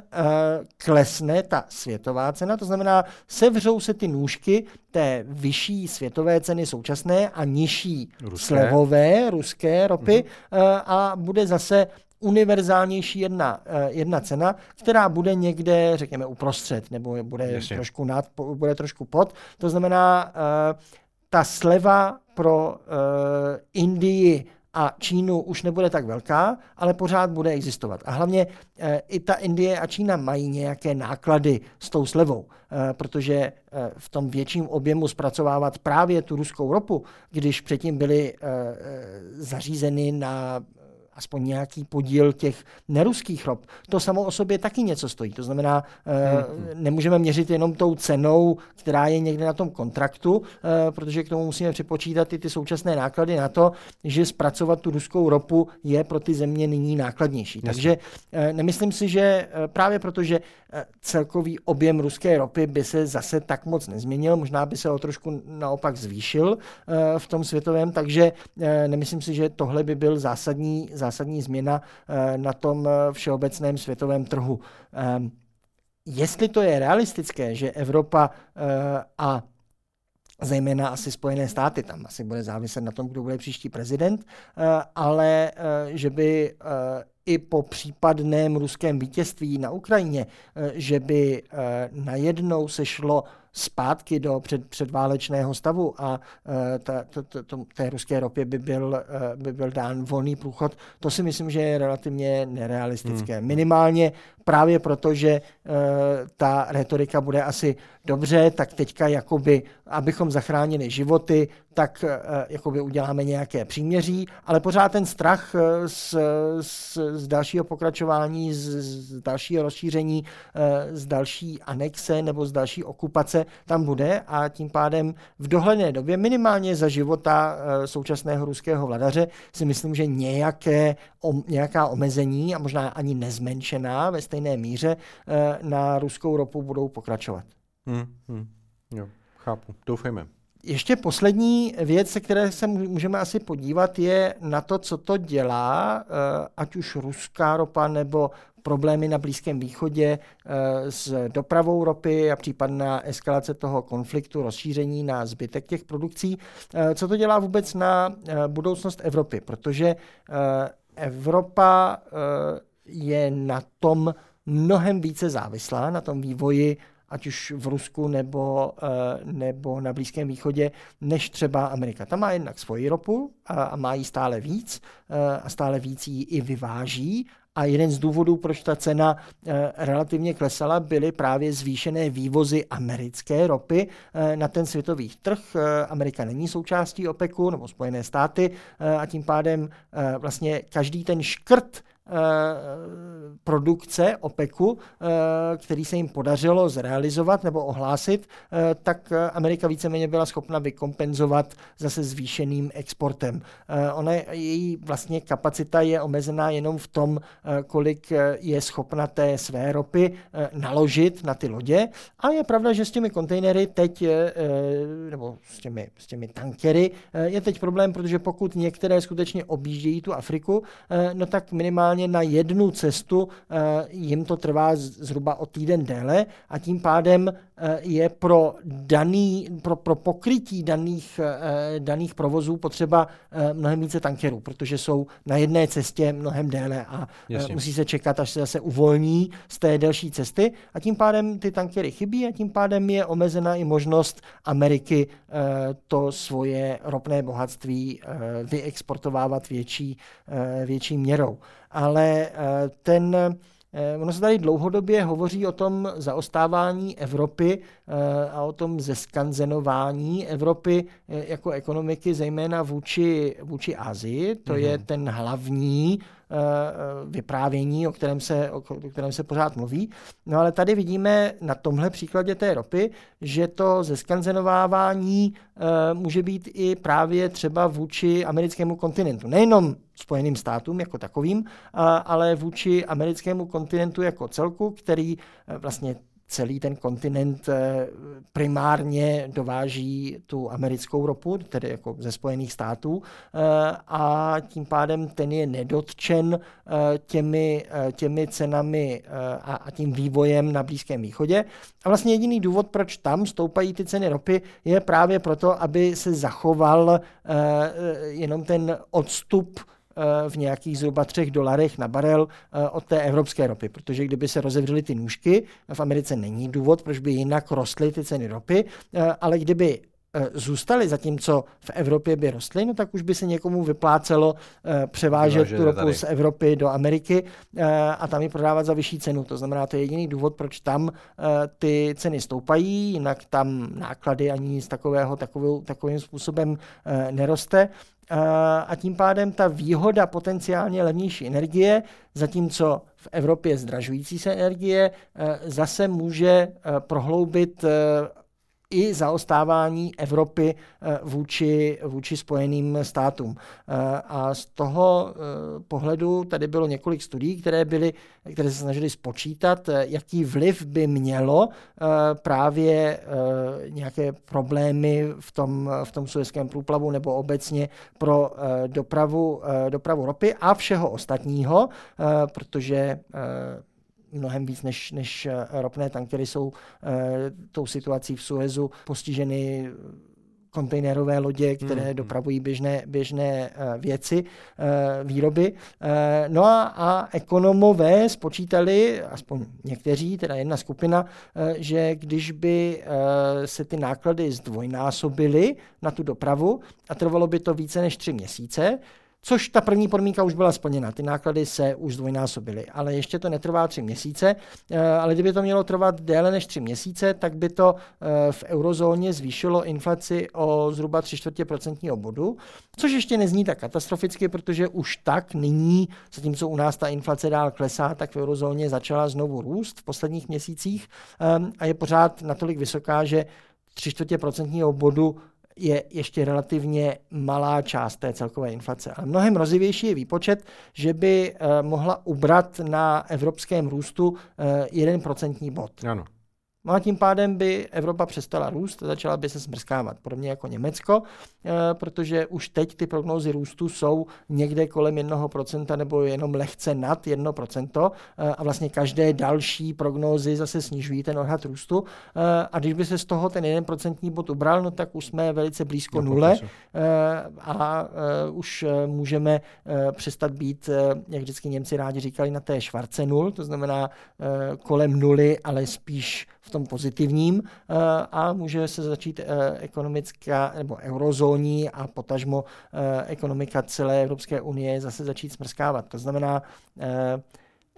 klesne ta světová cena, to znamená, sevřou se ty nůžky té vyšší světové ceny současné a nižší ruské. slevové ruské ropy mm-hmm. uh, a bude zase univerzálnější jedna, uh, jedna cena, která bude někde, řekněme, uprostřed, nebo bude trošku nad, bude trošku pod. To znamená, uh, ta sleva pro uh, Indii a Čínu už nebude tak velká, ale pořád bude existovat. A hlavně e, i ta Indie a Čína mají nějaké náklady s tou slevou, e, protože e, v tom větším objemu zpracovávat právě tu ruskou ropu, když předtím byly e, e, zařízeny na aspoň nějaký podíl těch neruských rop, to samo o sobě taky něco stojí. To znamená, hmm. nemůžeme měřit jenom tou cenou, která je někde na tom kontraktu, protože k tomu musíme připočítat i ty současné náklady na to, že zpracovat tu ruskou ropu je pro ty země nyní nákladnější. Jasně. Takže nemyslím si, že právě protože celkový objem ruské ropy by se zase tak moc nezměnil, možná by se o trošku naopak zvýšil v tom světovém, takže nemyslím si, že tohle by byl zásadní, zásadní změna na tom všeobecném světovém trhu. Jestli to je realistické, že Evropa a zejména asi Spojené státy, tam asi bude záviset na tom, kdo bude příští prezident, ale že by i po případném ruském vítězství na Ukrajině, že by najednou se šlo zpátky do před, předválečného stavu a ta, to, to, to, té ruské ropě by byl, by byl dán volný průchod, to si myslím, že je relativně nerealistické. Hmm. Minimálně právě proto, že uh, ta retorika bude asi dobře, tak teďka jakoby, abychom zachránili životy, tak uh, jakoby uděláme nějaké příměří, ale pořád ten strach uh, z, z, z dalšího pokračování, z, z dalšího rozšíření, uh, z další anexe nebo z další okupace tam bude a tím pádem v dohledné době minimálně za života uh, současného ruského vladaře si myslím, že nějaké, o, nějaká omezení a možná ani nezmenšená ve stejné míře uh, na ruskou ropu budou pokračovat. Hmm, hmm. Jo, chápu. Doufejme. Ještě poslední věc, se které se můžeme asi podívat, je na to, co to dělá, ať už ruská ropa nebo problémy na Blízkém východě s dopravou ropy a případná eskalace toho konfliktu, rozšíření na zbytek těch produkcí. Co to dělá vůbec na budoucnost Evropy? Protože Evropa je na tom mnohem více závislá, na tom vývoji ať už v Rusku nebo, nebo na Blízkém východě, než třeba Amerika. Ta má jednak svoji ropu a má ji stále víc a stále víc ji i vyváží A jeden z důvodů, proč ta cena relativně klesala, byly právě zvýšené vývozy americké ropy na ten světový trh. Amerika není součástí OPECu, nebo Spojené státy, a tím pádem vlastně každý ten škrt produkce OPECu, který se jim podařilo zrealizovat nebo ohlásit, tak Amerika víceméně byla schopna vykompenzovat zase zvýšeným exportem. Ona, její vlastně kapacita je omezená jenom v tom, kolik je schopna té své ropy naložit na ty lodě. A je pravda, že s těmi kontejnery teď, nebo s těmi, s těmi tankery, je teď problém, protože pokud některé skutečně objíždějí tu Afriku, no tak minimálně na jednu cestu jim to trvá zhruba o týden déle a tím pádem je pro, daný, pro, pro pokrytí daných, daných provozů potřeba mnohem více tankerů, protože jsou na jedné cestě mnohem déle a Jasně. musí se čekat, až se zase uvolní z té delší cesty a tím pádem ty tankery chybí a tím pádem je omezena i možnost Ameriky to svoje ropné bohatství vyexportovávat větší, větší měrou. Ale ten, ono se tady dlouhodobě hovoří o tom zaostávání Evropy a o tom zeskanzenování Evropy jako ekonomiky, zejména vůči, vůči Asii. To mm-hmm. je ten hlavní vyprávění, o kterém, se, o kterém se pořád mluví. No ale tady vidíme na tomhle příkladě té ropy, že to zeskanzenovávání může být i právě třeba vůči americkému kontinentu. Nejenom Spojeným státům jako takovým, ale vůči americkému kontinentu jako celku, který vlastně celý ten kontinent primárně dováží tu americkou ropu, tedy jako ze Spojených států, a tím pádem ten je nedotčen těmi, těmi cenami a tím vývojem na Blízkém východě. A vlastně jediný důvod, proč tam stoupají ty ceny ropy, je právě proto, aby se zachoval jenom ten odstup v nějakých zhruba třech dolarech na barel od té evropské ropy, protože kdyby se rozevřely ty nůžky, v Americe není důvod, proč by jinak rostly ty ceny ropy, ale kdyby zůstaly, zatímco v Evropě by rostly, no tak už by se někomu vyplácelo převážet Vyvážet tu ropu tady z Evropy do Ameriky a tam ji prodávat za vyšší cenu. To znamená, to je jediný důvod, proč tam ty ceny stoupají, jinak tam náklady ani nic takového takovou, takovým způsobem neroste. A tím pádem ta výhoda potenciálně levnější energie, zatímco v Evropě zdražující se energie, zase může prohloubit i zaostávání Evropy vůči, vůči Spojeným státům. A z toho pohledu tady bylo několik studií, které, byly, které se snažily spočítat, jaký vliv by mělo právě nějaké problémy v tom, v tom Suezském průplavu nebo obecně pro dopravu, dopravu ropy a všeho ostatního, protože mnohem víc než, než ropné tankery jsou e, tou situací v Suezu postiženy kontejnerové lodě, které hmm. dopravují běžné, běžné věci, výroby. No a, a ekonomové spočítali, aspoň někteří, teda jedna skupina, že když by se ty náklady zdvojnásobily na tu dopravu a trvalo by to více než tři měsíce, což ta první podmínka už byla splněna, ty náklady se už zdvojnásobily, ale ještě to netrvá tři měsíce, ale kdyby to mělo trvat déle než tři měsíce, tak by to v eurozóně zvýšilo inflaci o zhruba tři čtvrtě procentního bodu, což ještě nezní tak katastroficky, protože už tak nyní, zatímco u nás ta inflace dál klesá, tak v eurozóně začala znovu růst v posledních měsících a je pořád natolik vysoká, že tři čtvrtě procentního bodu je ještě relativně malá část té celkové inflace. Ale mnohem rozivější je výpočet, že by eh, mohla ubrat na evropském růstu eh, jeden procentní bod. Ano. No a tím pádem by Evropa přestala růst a začala by se smrskávat. Podobně jako Německo, protože už teď ty prognózy růstu jsou někde kolem jednoho procenta nebo jenom lehce nad jedno procento a vlastně každé další prognózy zase snižují ten odhad růstu. A když by se z toho ten jeden procentní bod ubral, no tak už jsme velice blízko nule a už můžeme přestat být, jak vždycky Němci rádi říkali, na té švarce nul, to znamená kolem nuly, ale spíš v tom pozitivním a může se začít ekonomická nebo eurozóní a potažmo ekonomika celé Evropské unie zase začít smrskávat. To znamená,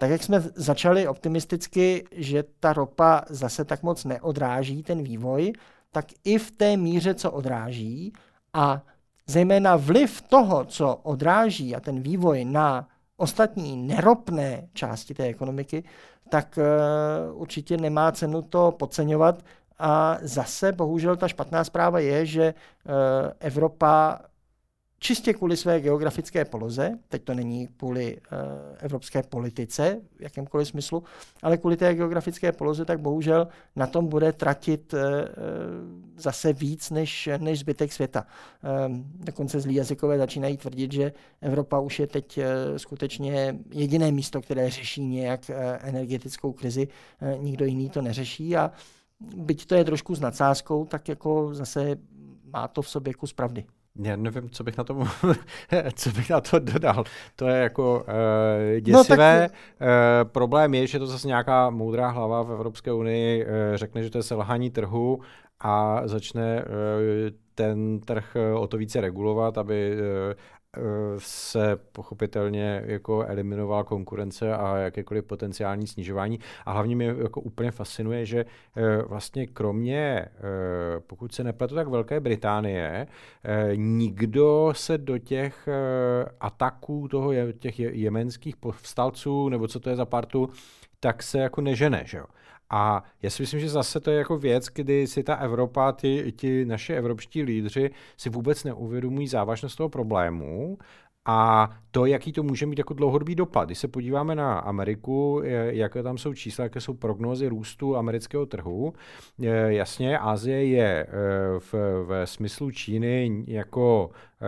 tak jak jsme začali optimisticky, že ta ropa zase tak moc neodráží ten vývoj, tak i v té míře, co odráží, a zejména vliv toho, co odráží a ten vývoj na ostatní neropné části té ekonomiky, tak uh, určitě nemá cenu to podceňovat. A zase bohužel ta špatná zpráva je, že uh, Evropa čistě kvůli své geografické poloze, teď to není kvůli uh, evropské politice v jakémkoliv smyslu, ale kvůli té geografické poloze, tak bohužel na tom bude tratit uh, zase víc než, než zbytek světa. Um, dokonce zlí jazykové začínají tvrdit, že Evropa už je teď uh, skutečně jediné místo, které řeší nějak uh, energetickou krizi, uh, nikdo jiný to neřeší a byť to je trošku s nadsázkou, tak jako zase má to v sobě kus pravdy. Já nevím, co bych na to, co bych na to dodal. To je jako uh, děsivé. No, tak... uh, problém je, že to zase nějaká moudrá hlava v Evropské unii uh, řekne, že to je selhání trhu a začne uh, ten trh o to více regulovat, aby uh, se pochopitelně jako eliminovala konkurence a jakékoliv potenciální snižování. A hlavně mě jako úplně fascinuje, že vlastně kromě, pokud se nepletu, tak Velké Británie, nikdo se do těch ataků toho, těch jemenských povstalců, nebo co to je za partu, tak se jako nežene, že jo. A já si myslím, že zase to je jako věc, kdy si ta Evropa, ti, ti naši evropští lídři si vůbec neuvědomují závažnost toho problému a to, jaký to může mít jako dlouhodobý dopad. Když se podíváme na Ameriku, jaké tam jsou čísla, jaké jsou prognózy růstu amerického trhu, jasně, Asie je v, v smyslu Číny jako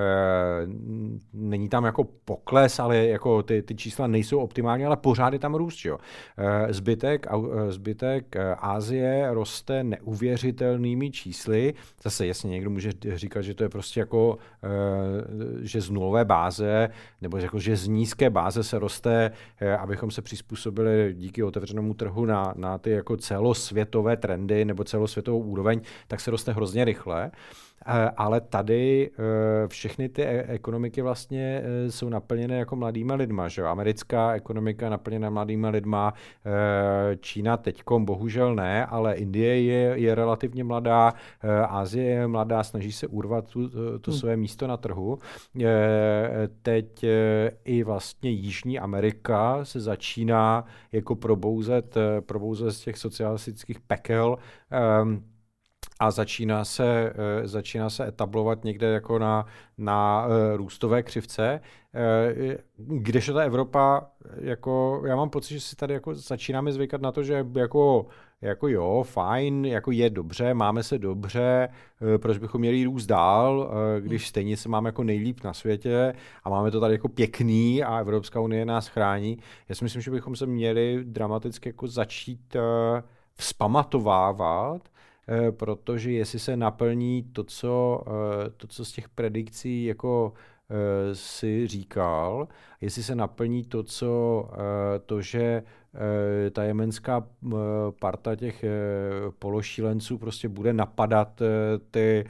není tam jako pokles, ale jako ty, ty čísla nejsou optimální, ale pořád je tam růst. Jo. Zbytek, zbytek Asie roste neuvěřitelnými čísly. Zase jasně někdo může říkat, že to je prostě jako, že z nulové báze, nebo jako, že z nízké báze se roste, abychom se přizpůsobili díky otevřenému trhu na, na ty jako celosvětové trendy nebo celosvětovou úroveň, tak se roste hrozně rychle. Ale tady všechny ty ekonomiky vlastně jsou naplněné jako mladýma lidma. Že? Americká ekonomika naplněná mladýma lidma, Čína teďkom bohužel ne, ale Indie je, je relativně mladá, Asie je mladá, snaží se urvat tu, to hmm. své místo na trhu. Teď i vlastně Jižní Amerika se začíná jako probouzet, probouzet z těch socialistických pekel, a začíná se, začíná se etablovat někde jako na, na růstové křivce, kdežto ta Evropa, jako, já mám pocit, že si tady jako začínáme zvykat na to, že jako, jako jo, fajn, jako je dobře, máme se dobře, proč bychom měli růst dál, když stejně se máme jako nejlíp na světě a máme to tady jako pěkný a Evropská unie nás chrání. Já si myslím, že bychom se měli dramaticky jako začít vzpamatovávat, protože jestli se naplní to, co, to, co z těch predikcí jako si říkal, jestli se naplní to, co, to, že ta jemenská parta těch pološílenců prostě bude napadat ty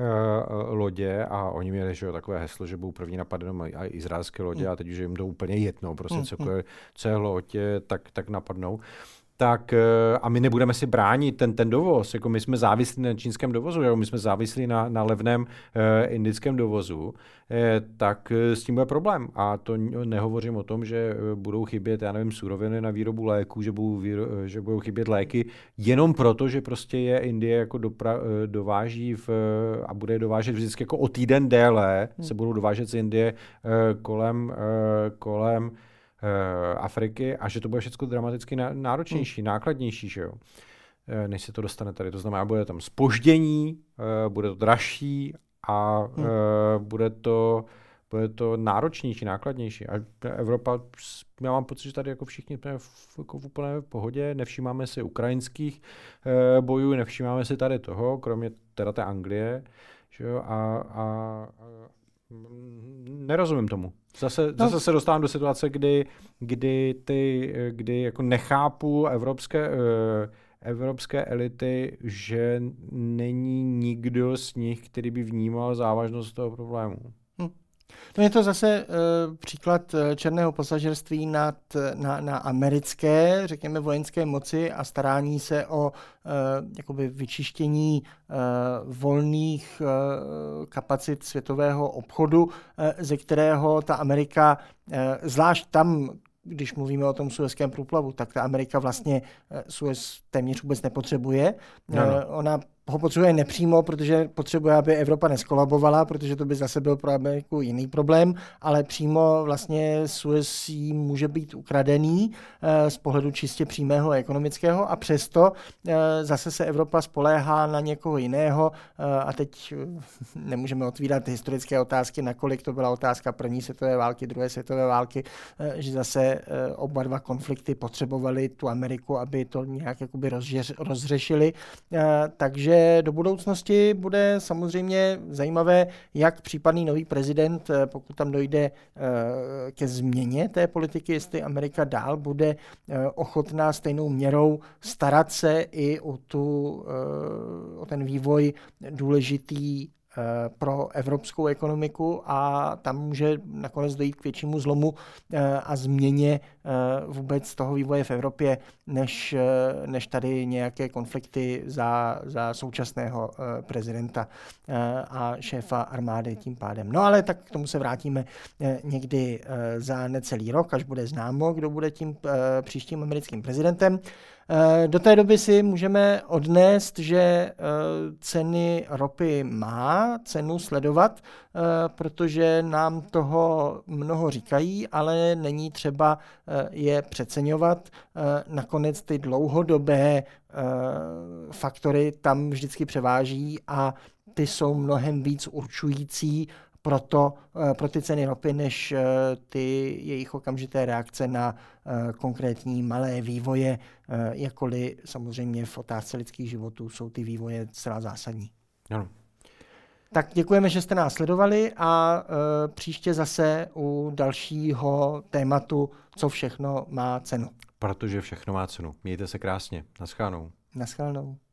lodě a oni měli že jo, takové heslo, že budou první napadat i izraelské lodě a teď už jim to úplně jedno, prostě cokoliv, co je loď, tak, tak napadnou. Tak a my nebudeme si bránit ten, ten dovoz, jako my jsme závislí na čínském dovozu, jako my jsme závislí na, na levném eh, indickém dovozu, eh, tak s tím bude problém. A to nehovořím o tom, že budou chybět, já nevím, suroviny na výrobu léků, že budou, výro, že budou chybět léky, jenom proto, že prostě je Indie jako dopra, dováží v, a bude je dovážet vždycky jako o týden déle, hmm. se budou dovážet z Indie eh, kolem, eh, kolem Afriky a že to bude všechno dramaticky náročnější, hmm. nákladnější, že jo, než se to dostane tady. To znamená, bude tam zpoždění, bude to dražší a hmm. bude to, bude to náročnější, nákladnější. A Evropa, já mám pocit, že tady jako všichni jsme v, jako v úplné pohodě, nevšímáme si ukrajinských bojů, nevšímáme si tady toho, kromě teda té Anglie, že jo, a, a, a nerozumím tomu. Zase, no. zase se dostávám do situace, kdy, kdy, ty, kdy jako nechápu evropské, evropské elity, že není nikdo z nich, který by vnímal závažnost toho problému. Hm. No je to zase uh, příklad černého pasažerství nad, na, na americké, řekněme, vojenské moci a starání se o uh, jakoby vyčištění uh, volných uh, kapacit světového obchodu, uh, ze kterého ta Amerika, uh, zvlášť tam, když mluvíme o tom Suezském průplavu, tak ta Amerika vlastně Suez téměř vůbec nepotřebuje. No, no. Ona ho potřebuje nepřímo, protože potřebuje, aby Evropa neskolabovala, protože to by zase byl pro Ameriku jiný problém, ale přímo vlastně Suez jí může být ukradený z pohledu čistě přímého ekonomického a přesto zase se Evropa spoléhá na někoho jiného a teď nemůžeme otvírat historické otázky, nakolik to byla otázka první světové války, druhé světové války, že zase oba dva konflikty potřebovali tu Ameriku, aby to nějak jakoby rozřešili. Takže do budoucnosti bude samozřejmě zajímavé, jak případný nový prezident, pokud tam dojde ke změně té politiky, jestli Amerika dál bude ochotná stejnou měrou starat se i o, tu, o ten vývoj důležitý pro evropskou ekonomiku a tam může nakonec dojít k většímu zlomu a změně vůbec toho vývoje v Evropě, než, než tady nějaké konflikty za, za současného prezidenta a šéfa armády tím pádem. No ale tak k tomu se vrátíme někdy za necelý rok, až bude známo, kdo bude tím příštím americkým prezidentem. Do té doby si můžeme odnést, že ceny ropy má cenu sledovat, protože nám toho mnoho říkají, ale není třeba je přeceňovat. Nakonec ty dlouhodobé faktory tam vždycky převáží a ty jsou mnohem víc určující proto, pro ty ceny ropy, než ty jejich okamžité reakce na konkrétní malé vývoje, jakkoliv samozřejmě v otázce lidských životů jsou ty vývoje celá zásadní. Ano. Tak děkujeme, že jste nás sledovali a příště zase u dalšího tématu, co všechno má cenu. Protože všechno má cenu. Mějte se krásně. Naschledanou. Naschledanou.